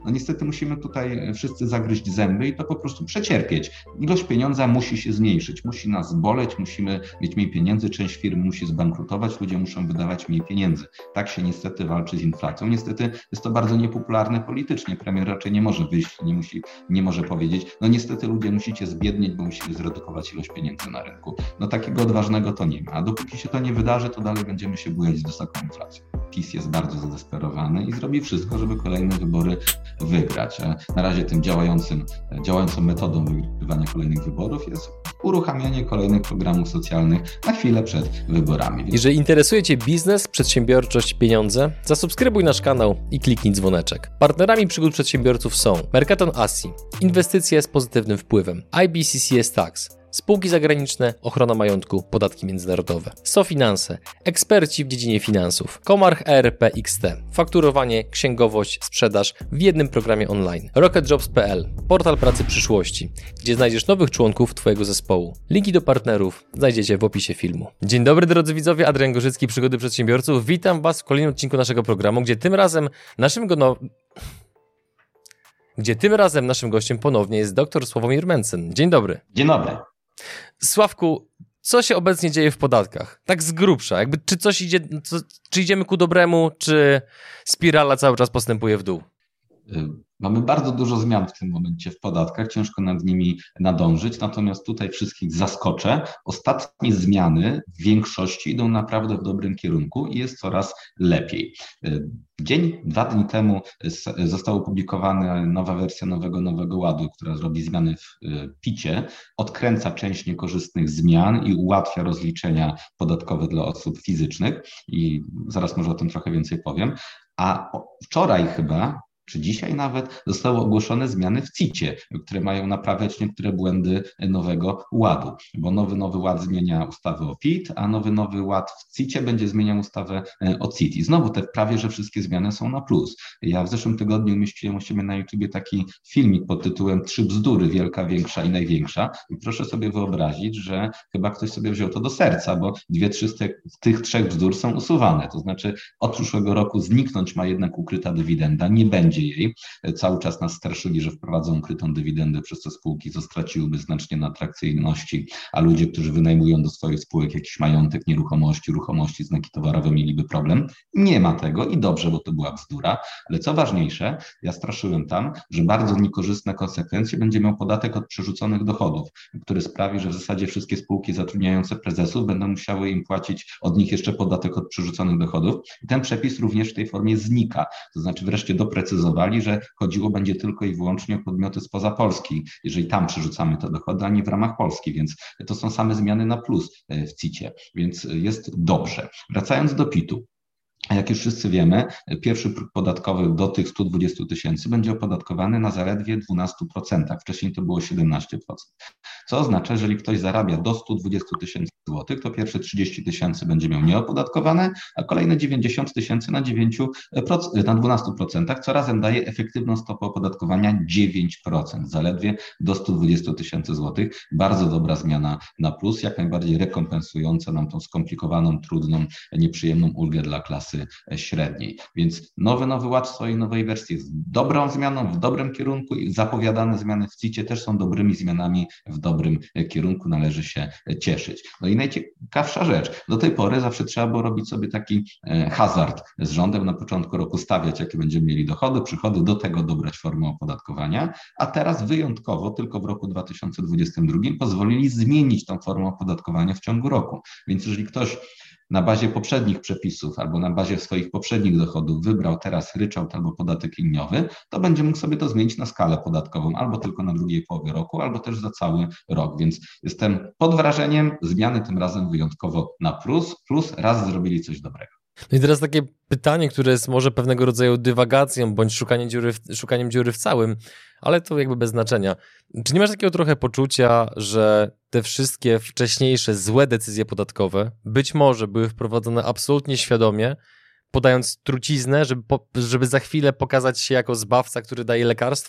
No niestety musimy tutaj wszyscy zagryźć zęby i to po prostu przecierpieć. Ilość pieniądza musi się zmniejszyć, musi nas boleć, musimy mieć mniej pieniędzy, część firm musi zbankrutować, ludzie muszą wydawać mniej pieniędzy. Tak się niestety walczy z inflacją. Niestety jest to bardzo niepopularne politycznie. Premier raczej nie może wyjść, nie może powiedzieć, no niestety ludzie musicie zbiednieć, bo musimy zredukować ilość pieniędzy na rynku. No takiego odważnego to nie ma. A dopóki się to nie wydarzy, to dalej będziemy się bujać z wysoką inflacją. PiS jest bardzo zadesperowany i zrobi wszystko, żeby kolejne wybory wygrać. A na razie tym działającą metodą wygrywania kolejnych wyborów jest uruchamianie kolejnych programów socjalnych na chwilę przed wyborami. Jeżeli interesuje Cię biznes, przedsiębiorczość, pieniądze, zasubskrybuj nasz kanał i kliknij dzwoneczek. Partnerami przygód przedsiębiorców są Mercaton Asi, inwestycje z pozytywnym wpływem, IBCCS Tax, spółki zagraniczne, ochrona majątku, podatki międzynarodowe, SoFinanse, eksperci w dziedzinie finansów, Comarch ERP XT, fakturowanie, księgowość, sprzedaż w jednym programie online, RocketJobs.pl, portal pracy przyszłości, gdzie znajdziesz nowych członków Twojego zespołu. Linki do partnerów znajdziecie w opisie filmu. Dzień dobry drodzy widzowie, Adrian Gorzycki, Przygody Przedsiębiorców. Witam Was w kolejnym odcinku naszego programu, gdzie tym razem naszym gościem ponownie jest dr Sławomir Mencen. Dzień dobry. Dzień dobry. Sławku, co się obecnie dzieje w podatkach? Tak z grubsza, czy idziemy ku dobremu, czy spirala cały czas postępuje w dół? Mamy bardzo dużo zmian w tym momencie w podatkach, ciężko nad nimi nadążyć, natomiast tutaj wszystkich zaskoczę. Ostatnie zmiany w większości idą naprawdę w dobrym kierunku i jest coraz lepiej. Dwa dni temu została opublikowana nowa wersja Nowego Ładu, która zrobi zmiany w PIT-cie, odkręca część niekorzystnych zmian i ułatwia rozliczenia podatkowe dla osób fizycznych i zaraz może o tym trochę więcej powiem. A wczoraj chyba, czy dzisiaj nawet, zostały ogłoszone zmiany w CIT-cie, które mają naprawiać niektóre błędy Nowego Ładu, bo nowy Ład zmienia ustawę o PIT, a nowy Ład w CIT-cie będzie zmieniał ustawę o CIT. I znowu prawie że wszystkie zmiany są na plus. Ja w zeszłym tygodniu umieściłem u siebie na YouTubie taki filmik pod tytułem 3 bzdury, wielka, większa i największa. I proszę sobie wyobrazić, że chyba ktoś sobie wziął to do serca, bo 2-3 z tych 3 bzdur są usuwane. To znaczy od przyszłego roku zniknąć ma jednak ukryta dywidenda, nie będzie jej. Cały czas nas straszyli, że wprowadzą ukrytą dywidendę, przez co spółki straciłyby znacznie na atrakcyjności, a ludzie, którzy wynajmują do swoich spółek jakiś majątek, ruchomości, znaki towarowe mieliby problem. Nie ma tego i dobrze, bo to była bzdura, ale co ważniejsze, ja straszyłem tam, że bardzo niekorzystne konsekwencje będzie miał podatek od przerzuconych dochodów, który sprawi, że w zasadzie wszystkie spółki zatrudniające prezesów będą musiały im płacić od nich jeszcze podatek od przerzuconych dochodów. I ten przepis również w tej formie znika, to znaczy wreszcie doprecyzowali, że chodziło będzie tylko i wyłącznie o podmioty spoza Polski, jeżeli tam przerzucamy te dochody, a nie w ramach Polski, więc to są same zmiany na plus w CIT-cie, więc jest dobrze. Wracając do PIT-u. Jak już wszyscy wiemy, pierwszy próg podatkowy do tych 120 tysięcy będzie opodatkowany na zaledwie 12%. Wcześniej to było 17%. Co oznacza, jeżeli ktoś zarabia do 120 tysięcy złotych, to pierwsze 30 tysięcy będzie miał nieopodatkowane, a kolejne 90 tysięcy na 12%, co razem daje efektywną stopę opodatkowania 9%, zaledwie do 120 tysięcy złotych. Bardzo dobra zmiana na plus, jak najbardziej rekompensująca nam tą skomplikowaną, trudną, nieprzyjemną ulgę dla klasy średniej. Więc nowy Ład w swojej nowej wersji jest dobrą zmianą, w dobrym kierunku i zapowiadane zmiany w CIT-cie też są dobrymi zmianami w dobrym kierunku, należy się cieszyć. No i najciekawsza rzecz, do tej pory zawsze trzeba było robić sobie taki hazard z rządem, na początku roku stawiać, jakie będziemy mieli dochody, przychody, do tego dobrać formę opodatkowania, a teraz wyjątkowo tylko w roku 2022 pozwolili zmienić tą formę opodatkowania w ciągu roku. Więc jeżeli ktoś na bazie poprzednich przepisów albo na bazie swoich poprzednich dochodów wybrał teraz ryczałt albo podatek liniowy, to będzie mógł sobie to zmienić na skalę podatkową albo tylko na drugiej połowie roku, albo też za cały rok. Więc jestem pod wrażeniem, zmiany tym razem wyjątkowo na plus raz zrobili coś dobrego. No i teraz takie pytanie, które jest może pewnego rodzaju dywagacją bądź szukaniem dziury w całym, ale to jakby bez znaczenia. Czy nie masz takiego trochę poczucia, że te wszystkie wcześniejsze złe decyzje podatkowe być może były wprowadzone absolutnie świadomie, podając truciznę, żeby za chwilę pokazać się jako zbawca, który daje lekarstwo?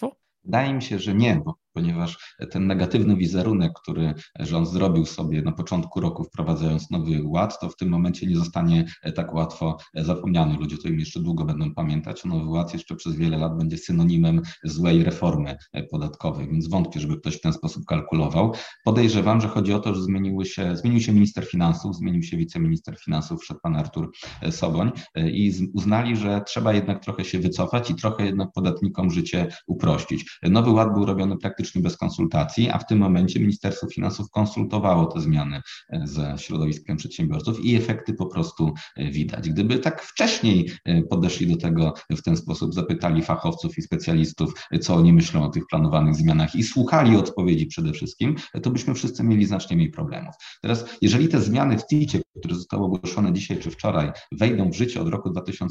Wydaje mi się, że nie, ponieważ ten negatywny wizerunek, który rząd zrobił sobie na początku roku, wprowadzając nowy ład, to w tym momencie nie zostanie tak łatwo zapomniany. Ludzie to im jeszcze długo będą pamiętać, a nowy ład jeszcze przez wiele lat będzie synonimem złej reformy podatkowej, więc wątpię, żeby ktoś w ten sposób kalkulował. Podejrzewam, że chodzi o to, że zmienił się minister finansów, zmienił się wiceminister finansów, wszedł pan Artur Soboń i uznali, że trzeba jednak trochę się wycofać i trochę jednak podatnikom życie uprościć. Nowy Ład był robiony praktycznie bez konsultacji, a w tym momencie Ministerstwo Finansów konsultowało te zmiany ze środowiskiem przedsiębiorców i efekty po prostu widać. Gdyby tak wcześniej podeszli do tego w ten sposób, zapytali fachowców i specjalistów, co oni myślą o tych planowanych zmianach i słuchali odpowiedzi przede wszystkim, to byśmy wszyscy mieli znacznie mniej problemów. Teraz, jeżeli te zmiany w CIT-cie, które zostały ogłoszone dzisiaj czy wczoraj, wejdą w życie od roku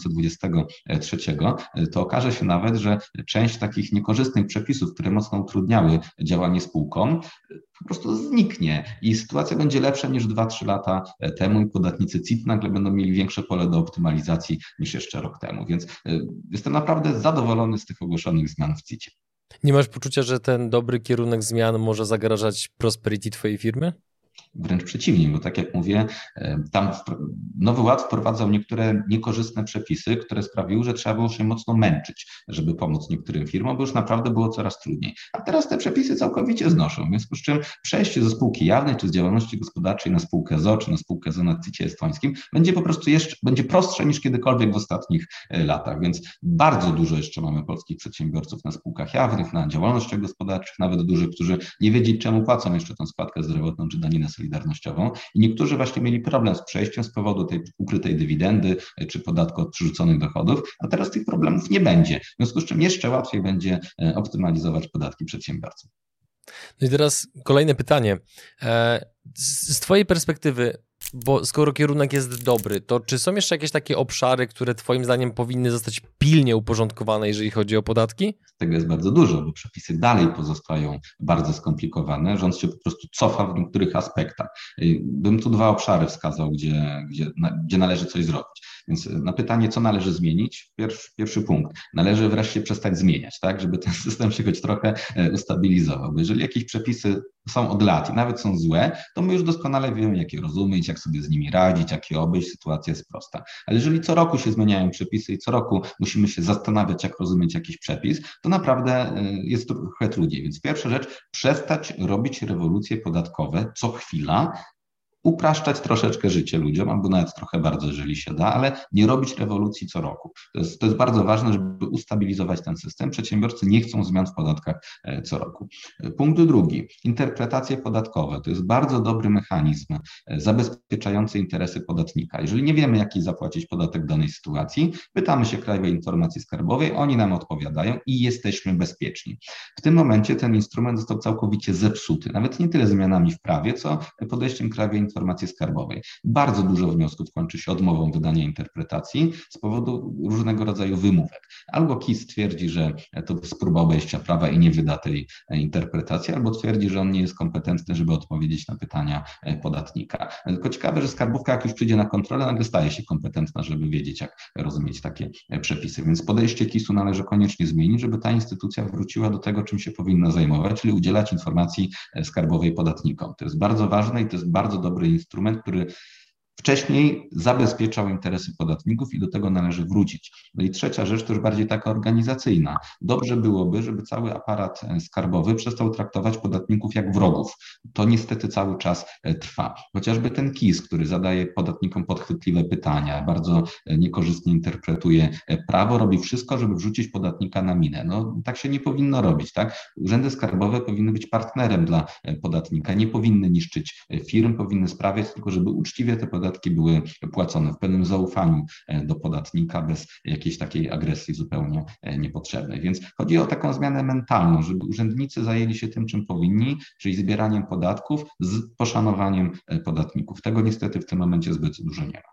2023, to okaże się nawet, że część takich niekorzystnych przepisów, które mocno utrudniały działanie spółkom, po prostu zniknie i sytuacja będzie lepsza niż 2-3 lata temu i podatnicy CIT nagle będą mieli większe pole do optymalizacji niż jeszcze rok temu, więc jestem naprawdę zadowolony z tych ogłoszonych zmian w CIT-cie. Nie masz poczucia, że ten dobry kierunek zmian może zagrażać prosperity twojej firmy? Wręcz przeciwnie, bo tak jak mówię, tam Nowy Ład wprowadzał niektóre niekorzystne przepisy, które sprawiły, że trzeba było się mocno męczyć, żeby pomóc niektórym firmom, bo już naprawdę było coraz trudniej. A teraz te przepisy całkowicie znoszą, w związku z czym przejście ze spółki jawnej czy z działalności gospodarczej na spółkę z o.o. czy na spółkę z o.o. na CIT-cie estońskim będzie po prostu będzie prostsze niż kiedykolwiek w ostatnich latach, więc bardzo dużo jeszcze mamy polskich przedsiębiorców na spółkach jawnych, na działalnościach gospodarczych, nawet dużych, którzy nie wiedzieć czemu płacą jeszcze tę składkę zdrowotną czy daninę solidarnościową i niektórzy właśnie mieli problem z przejściem z powodu tej ukrytej dywidendy czy podatku od przerzuconych dochodów, a teraz tych problemów nie będzie, w związku z czym jeszcze łatwiej będzie optymalizować podatki przedsiębiorcom. No i teraz kolejne pytanie. Z twojej perspektywy, bo skoro kierunek jest dobry, to czy są jeszcze jakieś takie obszary, które twoim zdaniem powinny zostać pilnie uporządkowane, jeżeli chodzi o podatki? Tego jest bardzo dużo, bo przepisy dalej pozostają bardzo skomplikowane. Rząd się po prostu cofa w niektórych aspektach. Bym tu 2 obszary wskazał, gdzie należy coś zrobić. Więc na pytanie, co należy zmienić, pierwszy punkt. Należy wreszcie przestać zmieniać, tak, żeby ten system się choć trochę ustabilizował. Bo jeżeli jakieś przepisy są od lat i nawet są złe, to my już doskonale wiemy, jak je rozumieć, jak sobie z nimi radzić, jak je obejść, sytuacja jest prosta. Ale jeżeli co roku się zmieniają przepisy i co roku musimy się zastanawiać, jak rozumieć jakiś przepis, to naprawdę jest trochę trudniej. Więc pierwsza rzecz, przestać robić rewolucje podatkowe co chwila, upraszczać troszeczkę życie ludziom, albo nawet trochę bardzo, jeżeli się da, ale nie robić rewolucji co roku. To jest bardzo ważne, żeby ustabilizować ten system. Przedsiębiorcy nie chcą zmian w podatkach co roku. Punkt drugi. Interpretacje podatkowe. To jest bardzo dobry mechanizm zabezpieczający interesy podatnika. Jeżeli nie wiemy, jaki zapłacić podatek w danej sytuacji, pytamy się Krajowej Informacji Skarbowej, oni nam odpowiadają i jesteśmy bezpieczni. W tym momencie ten instrument został całkowicie zepsuty. Nawet nie tyle zmianami w prawie, co podejściem Krajowej Informacji Skarbowej. Bardzo dużo wniosków kończy się odmową wydania interpretacji z powodu różnego rodzaju wymówek. Albo KIS twierdzi, że to jest próba obejścia prawa i nie wyda tej interpretacji, albo twierdzi, że on nie jest kompetentny, żeby odpowiedzieć na pytania podatnika. Tylko ciekawe, że skarbówka, jak już przyjdzie na kontrolę, nagle staje się kompetentna, żeby wiedzieć, jak rozumieć takie przepisy. Więc podejście KIS-u należy koniecznie zmienić, żeby ta instytucja wróciła do tego, czym się powinna zajmować, czyli udzielać informacji skarbowej podatnikom. To jest bardzo ważne i to jest bardzo dobry instrument, który wcześniej zabezpieczał interesy podatników i do tego należy wrócić. No i trzecia rzecz, to już bardziej taka organizacyjna. Dobrze byłoby, żeby cały aparat skarbowy przestał traktować podatników jak wrogów. To niestety cały czas trwa. Chociażby ten KIS, który zadaje podatnikom podchwytliwe pytania, bardzo niekorzystnie interpretuje prawo, robi wszystko, żeby wrzucić podatnika na minę. No tak się nie powinno robić, tak? Urzędy skarbowe powinny być partnerem dla podatnika, nie powinny niszczyć firm, powinny sprawiać tylko, żeby uczciwie te podatki były płacone w pełnym zaufaniu do podatnika, bez jakiejś takiej agresji zupełnie niepotrzebnej. Więc chodzi o taką zmianę mentalną, żeby urzędnicy zajęli się tym, czym powinni, czyli zbieraniem podatków z poszanowaniem podatników. Tego niestety w tym momencie zbyt dużo nie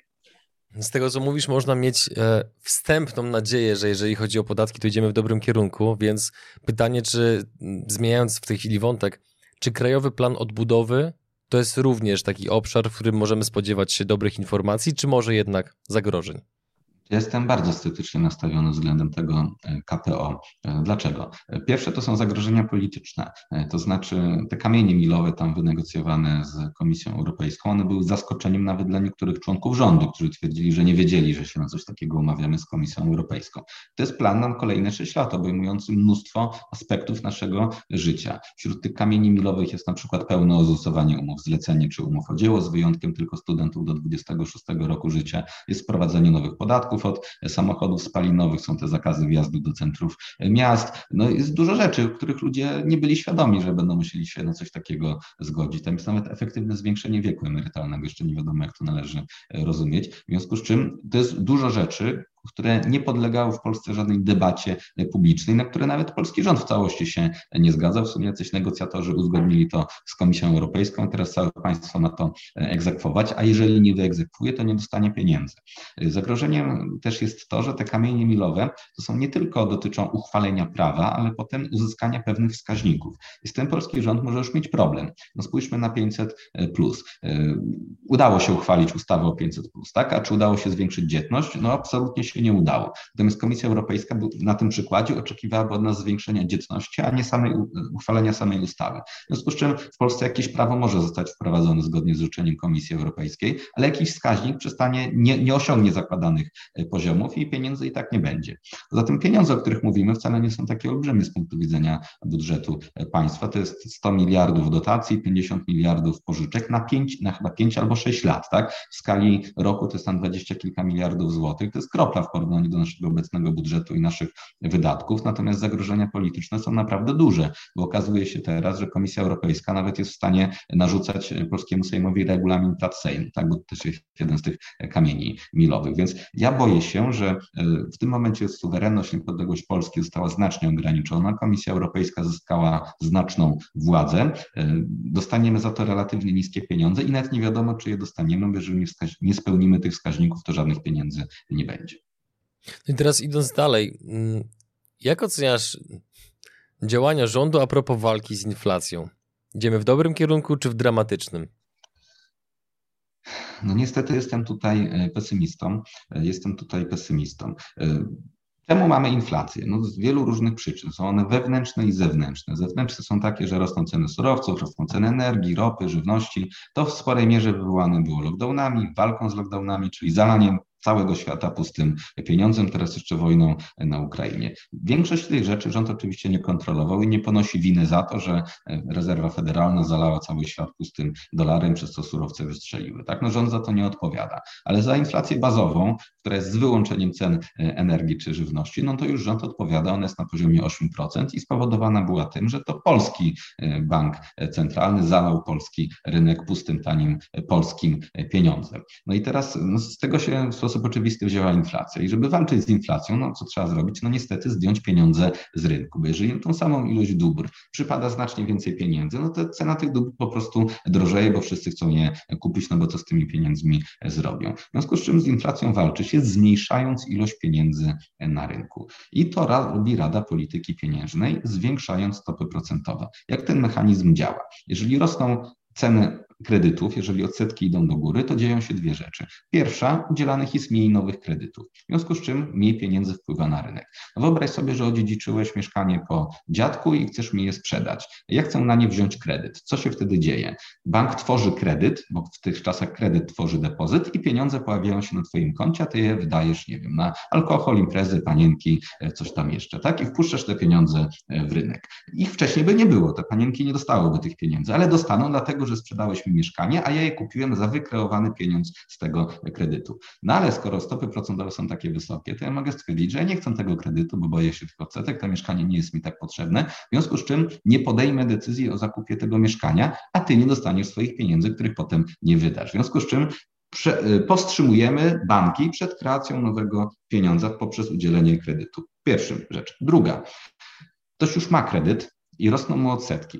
ma. Z tego, co mówisz, można mieć wstępną nadzieję, że jeżeli chodzi o podatki, to idziemy w dobrym kierunku, więc pytanie, czy zmieniając w tej chwili wątek, czy Krajowy Plan Odbudowy to jest również taki obszar, w którym możemy spodziewać się dobrych informacji, czy może jednak zagrożeń? Jestem bardzo sceptycznie nastawiony względem tego KPO. Dlaczego? Pierwsze to są zagrożenia polityczne, to znaczy te kamienie milowe tam wynegocjowane z Komisją Europejską, one były zaskoczeniem nawet dla niektórych członków rządu, którzy twierdzili, że nie wiedzieli, że się na coś takiego umawiamy z Komisją Europejską. To jest plan na kolejne 6 lat, obejmujący mnóstwo aspektów naszego życia. Wśród tych kamieni milowych jest na przykład pełne ozusowanie umów zlecenie czy umów o dzieło, z wyjątkiem tylko studentów do 26 roku życia, jest wprowadzenie nowych podatków, od samochodów spalinowych, są te zakazy wjazdu do centrów miast. No jest dużo rzeczy, których ludzie nie byli świadomi, że będą musieli się na coś takiego zgodzić. Tam jest nawet efektywne zwiększenie wieku emerytalnego, jeszcze nie wiadomo, jak to należy rozumieć. W związku z czym to jest dużo rzeczy, które nie podlegały w Polsce żadnej debacie publicznej, na które nawet polski rząd w całości się nie zgadzał. W sumie jacyś negocjatorzy uzgodnili to z Komisją Europejską, teraz całe państwo ma to egzekwować, a jeżeli nie wyegzekwuje, to nie dostanie pieniędzy. Zagrożeniem też jest to, że te kamienie milowe to są nie tylko dotyczą uchwalenia prawa, ale potem uzyskania pewnych wskaźników. I z tym polski rząd może już mieć problem. No spójrzmy na 500+. Udało się uchwalić ustawę o 500+, tak? A czy udało się zwiększyć dzietność? No absolutnie się nie udało. Natomiast Komisja Europejska na tym przykładzie oczekiwałaby od nas zwiększenia dzietności, a nie uchwalenia samej ustawy. W związku z czym w Polsce jakieś prawo może zostać wprowadzone zgodnie z życzeniem Komisji Europejskiej, ale jakiś wskaźnik nie osiągnie zakładanych poziomów i pieniędzy i tak nie będzie. Poza tym pieniądze, o których mówimy, wcale nie są takie olbrzymie z punktu widzenia budżetu państwa. To jest 100 miliardów dotacji, 50 miliardów pożyczek na chyba 5 albo 6 lat, tak? W skali roku to jest tam 20 kilka miliardów złotych. To jest kropla w porównaniu do naszego obecnego budżetu i naszych wydatków, natomiast zagrożenia polityczne są naprawdę duże, bo okazuje się teraz, że Komisja Europejska nawet jest w stanie narzucać polskiemu Sejmowi regulamin prac Sejmu, tak, bo to też jest jeden z tych kamieni milowych, więc ja boję się, że w tym momencie suwerenność i niepodległość Polski została znacznie ograniczona, Komisja Europejska zyskała znaczną władzę, dostaniemy za to relatywnie niskie pieniądze i nawet nie wiadomo, czy je dostaniemy, bo jeżeli nie spełnimy tych wskaźników, to żadnych pieniędzy nie będzie. I teraz idąc dalej, jak oceniasz działania rządu a propos walki z inflacją? Idziemy w dobrym kierunku czy w dramatycznym? No niestety jestem tutaj pesymistą. Czemu mamy inflację? No z wielu różnych przyczyn. Są one wewnętrzne i zewnętrzne. Zewnętrzne są takie, że rosną ceny surowców, rosną ceny energii, ropy, żywności. To w sporej mierze wywołane było lockdownami, walką z lockdownami, czyli zalaniem całego świata pustym pieniądzem, teraz jeszcze wojną na Ukrainie. Większość tych rzeczy rząd oczywiście nie kontrolował i nie ponosi winy za to, że rezerwa federalna zalała cały świat pustym dolarem, przez co surowce wystrzeliły. Tak? No rząd za to nie odpowiada. Ale za inflację bazową, która jest z wyłączeniem cen energii czy żywności, no to już rząd odpowiada, ona jest na poziomie 8% i spowodowana była tym, że to polski bank centralny zalał polski rynek pustym, tanim polskim pieniądzem. No i teraz z tego się w sposób oczywisty wzięła inflacja. I żeby walczyć z inflacją, no co trzeba zrobić? No niestety zdjąć pieniądze z rynku, bo jeżeli tą samą ilość dóbr przypada znacznie więcej pieniędzy, no to cena tych dóbr po prostu drożeje, bo wszyscy chcą je kupić, no bo co z tymi pieniędzmi zrobią. W związku z czym z inflacją walczy się, zmniejszając ilość pieniędzy na rynku. I to robi Rada Polityki Pieniężnej, zwiększając stopy procentowe. Jak ten mechanizm działa? Jeżeli rosną ceny kredytów, jeżeli odsetki idą do góry, to dzieją się dwie rzeczy. Pierwsza, udzielanych jest mniej nowych kredytów, w związku z czym mniej pieniędzy wpływa na rynek. No wyobraź sobie, że odziedziczyłeś mieszkanie po dziadku i chcesz mi je sprzedać. Ja chcę na nie wziąć kredyt. Co się wtedy dzieje? Bank tworzy kredyt, bo w tych czasach kredyt tworzy depozyt i pieniądze pojawiają się na twoim koncie, a ty je wydajesz, nie wiem, na alkohol, imprezy, panienki, coś tam jeszcze, tak? I wpuszczasz te pieniądze w rynek. Ich wcześniej by nie było, te panienki nie dostałyby tych pieniędzy, ale dostaną dlatego, że sprzedałeś mi mieszkanie, a ja je kupiłem za wykreowany pieniądz z tego kredytu. No ale skoro stopy procentowe są takie wysokie, to ja mogę stwierdzić, że ja nie chcę tego kredytu, bo boję się tych odsetek, to mieszkanie nie jest mi tak potrzebne, w związku z czym nie podejmę decyzji o zakupie tego mieszkania, a ty nie dostaniesz swoich pieniędzy, których potem nie wydasz. W związku z czym powstrzymujemy banki przed kreacją nowego pieniądza poprzez udzielenie kredytu. Pierwsza rzecz. Druga. Ktoś już ma kredyt i rosną mu odsetki.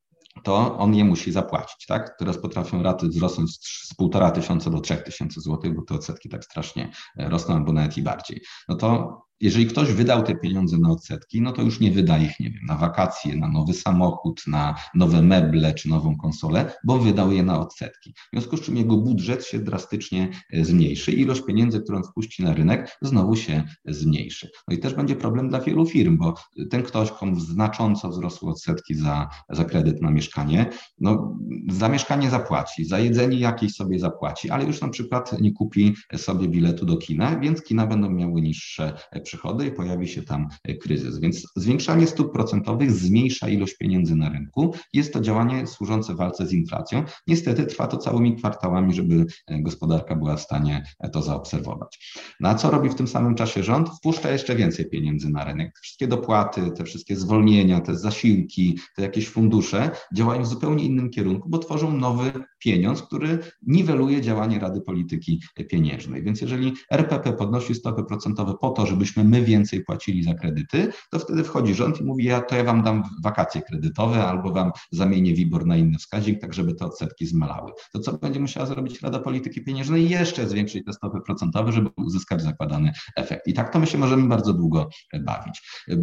To on je musi zapłacić, tak? Teraz potrafią raty wzrosnąć z 1,5 tysiąca do 3 tysięcy złotych, bo te odsetki tak strasznie rosną, albo nawet i bardziej. No to Jeżeli ktoś wydał te pieniądze na odsetki, no to już nie wyda ich, nie wiem, na wakacje, na nowy samochód, na nowe meble czy nową konsolę, bo wydał je na odsetki. W związku z czym jego budżet się drastycznie zmniejszy. Ilość pieniędzy, którą wpuści na rynek, znowu się zmniejszy. No i też będzie problem dla wielu firm, bo ten ktoś, komu znacząco wzrosły odsetki za kredyt na mieszkanie, no za mieszkanie zapłaci, za jedzenie jakieś sobie zapłaci, ale już na przykład nie kupi sobie biletu do kina, więc kina będą miały niższe przychody i pojawi się tam kryzys. Więc zwiększanie stóp procentowych zmniejsza ilość pieniędzy na rynku. Jest to działanie służące walce z inflacją. Niestety trwa to całymi kwartałami, żeby gospodarka była w stanie to zaobserwować. No a co robi w tym samym czasie rząd? Wpuszcza jeszcze więcej pieniędzy na rynek. Wszystkie dopłaty, te wszystkie zwolnienia, te zasiłki, te jakieś fundusze działają w zupełnie innym kierunku, bo tworzą nowy pieniądz, który niweluje działanie Rady Polityki Pieniężnej. Więc jeżeli RPP podnosi stopy procentowe po to, żebyśmy my więcej płacili za kredyty, to wtedy wchodzi rząd i mówi, ja wam dam wakacje kredytowe albo wam zamienię WIBOR na inny wskaźnik, tak żeby te odsetki zmalały. To co będzie musiała zrobić Rada Polityki Pieniężnej? Jeszcze zwiększyć te stopy procentowe, żeby uzyskać zakładany efekt. I tak to my się możemy bardzo długo bawić.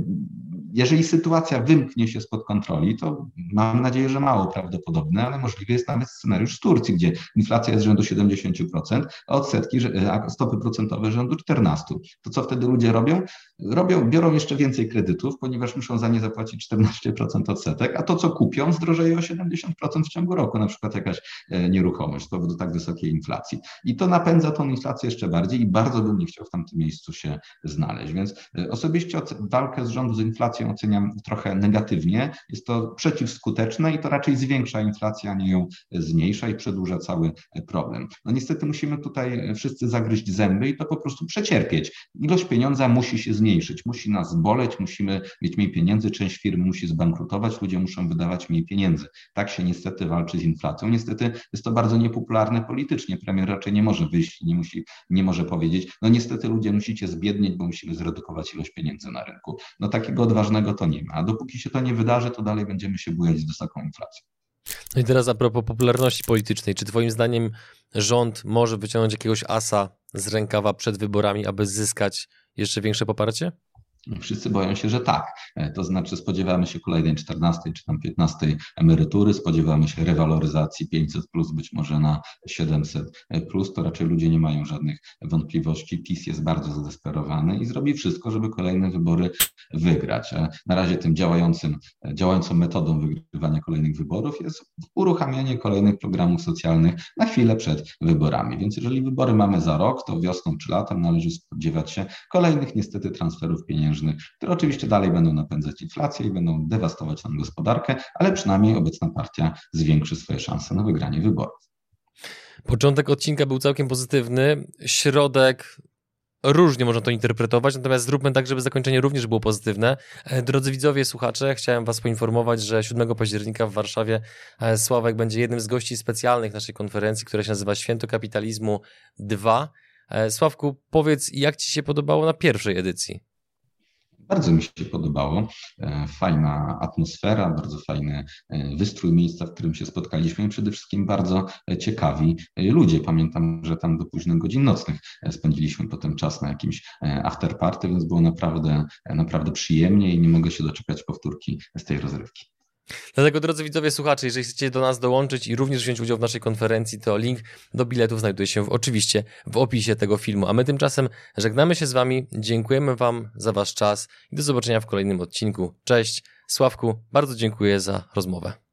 Jeżeli sytuacja wymknie się spod kontroli, to mam nadzieję, że mało prawdopodobne, ale możliwy jest nawet scenariusz z Turcji, gdzie inflacja jest rzędu 70%, a stopy procentowe rzędu 14%. To co wtedy ludzie robią? Biorą jeszcze więcej kredytów, ponieważ muszą za nie zapłacić 14% odsetek, a to co kupią zdrożeje o 70% w ciągu roku, na przykład jakaś nieruchomość z powodu tak wysokiej inflacji. I to napędza tą inflację jeszcze bardziej i bardzo bym nie chciał w tamtym miejscu się znaleźć. Więc osobiście walkę z rządu z inflacją oceniam trochę negatywnie. Jest to przeciwskuteczne i to raczej zwiększa inflację, a nie ją zmniejsza i przedłuża cały problem. No niestety musimy tutaj wszyscy zagryźć zęby i to po prostu przecierpieć. Ilość pieniądza musi się zmniejszyć, musi nas boleć, musimy mieć mniej pieniędzy, część firm musi zbankrutować, ludzie muszą wydawać mniej pieniędzy. Tak się niestety walczy z inflacją. Niestety jest to bardzo niepopularne politycznie. Premier raczej nie może wyjść, nie może powiedzieć, no niestety ludzie musicie zbiednieć, bo musimy zredukować ilość pieniędzy na rynku. No takiego odważnego to nie ma. A dopóki się to nie wydarzy, to dalej będziemy się bujać z wysoką inflacją. No i teraz a propos popularności politycznej, czy twoim zdaniem rząd może wyciągnąć jakiegoś asa z rękawa przed wyborami, aby zyskać jeszcze większe poparcie? Wszyscy boją się, że tak. To znaczy spodziewamy się kolejnej 14 czy tam 15 emerytury, spodziewamy się rewaloryzacji 500+, być może na 700+, to raczej ludzie nie mają żadnych wątpliwości. PiS jest bardzo zadesperowany i zrobi wszystko, żeby kolejne wybory wygrać. Na razie tym działającą metodą wygrywania kolejnych wyborów jest uruchamianie kolejnych programów socjalnych na chwilę przed wyborami. Więc jeżeli wybory mamy za rok, to wiosną czy latem należy spodziewać się kolejnych niestety transferów pieniężnych, które oczywiście dalej będą napędzać inflację i będą dewastować nam gospodarkę, ale przynajmniej obecna partia zwiększy swoje szanse na wygranie wyborów. Początek odcinka był całkiem pozytywny, środek różnie można to interpretować, natomiast zróbmy tak, żeby zakończenie również było pozytywne. Drodzy widzowie, słuchacze, chciałem was poinformować, że 7 października w Warszawie Sławek będzie jednym z gości specjalnych naszej konferencji, która się nazywa Święto Kapitalizmu 2. Sławku, powiedz, jak ci się podobało na pierwszej edycji? Bardzo mi się podobało. Fajna atmosfera, bardzo fajny wystrój miejsca, w którym się spotkaliśmy i przede wszystkim bardzo ciekawi ludzie. Pamiętam, że tam do późnych godzin nocnych spędziliśmy potem czas na jakimś afterparty, więc było naprawdę przyjemnie i nie mogę się doczekać powtórki z tej rozrywki. Dlatego, drodzy widzowie, słuchacze, jeżeli chcecie do nas dołączyć i również wziąć udział w naszej konferencji, to link do biletów znajduje się oczywiście w opisie tego filmu. A my tymczasem żegnamy się z wami, dziękujemy wam za wasz czas i do zobaczenia w kolejnym odcinku. Cześć, Sławku, bardzo dziękuję za rozmowę.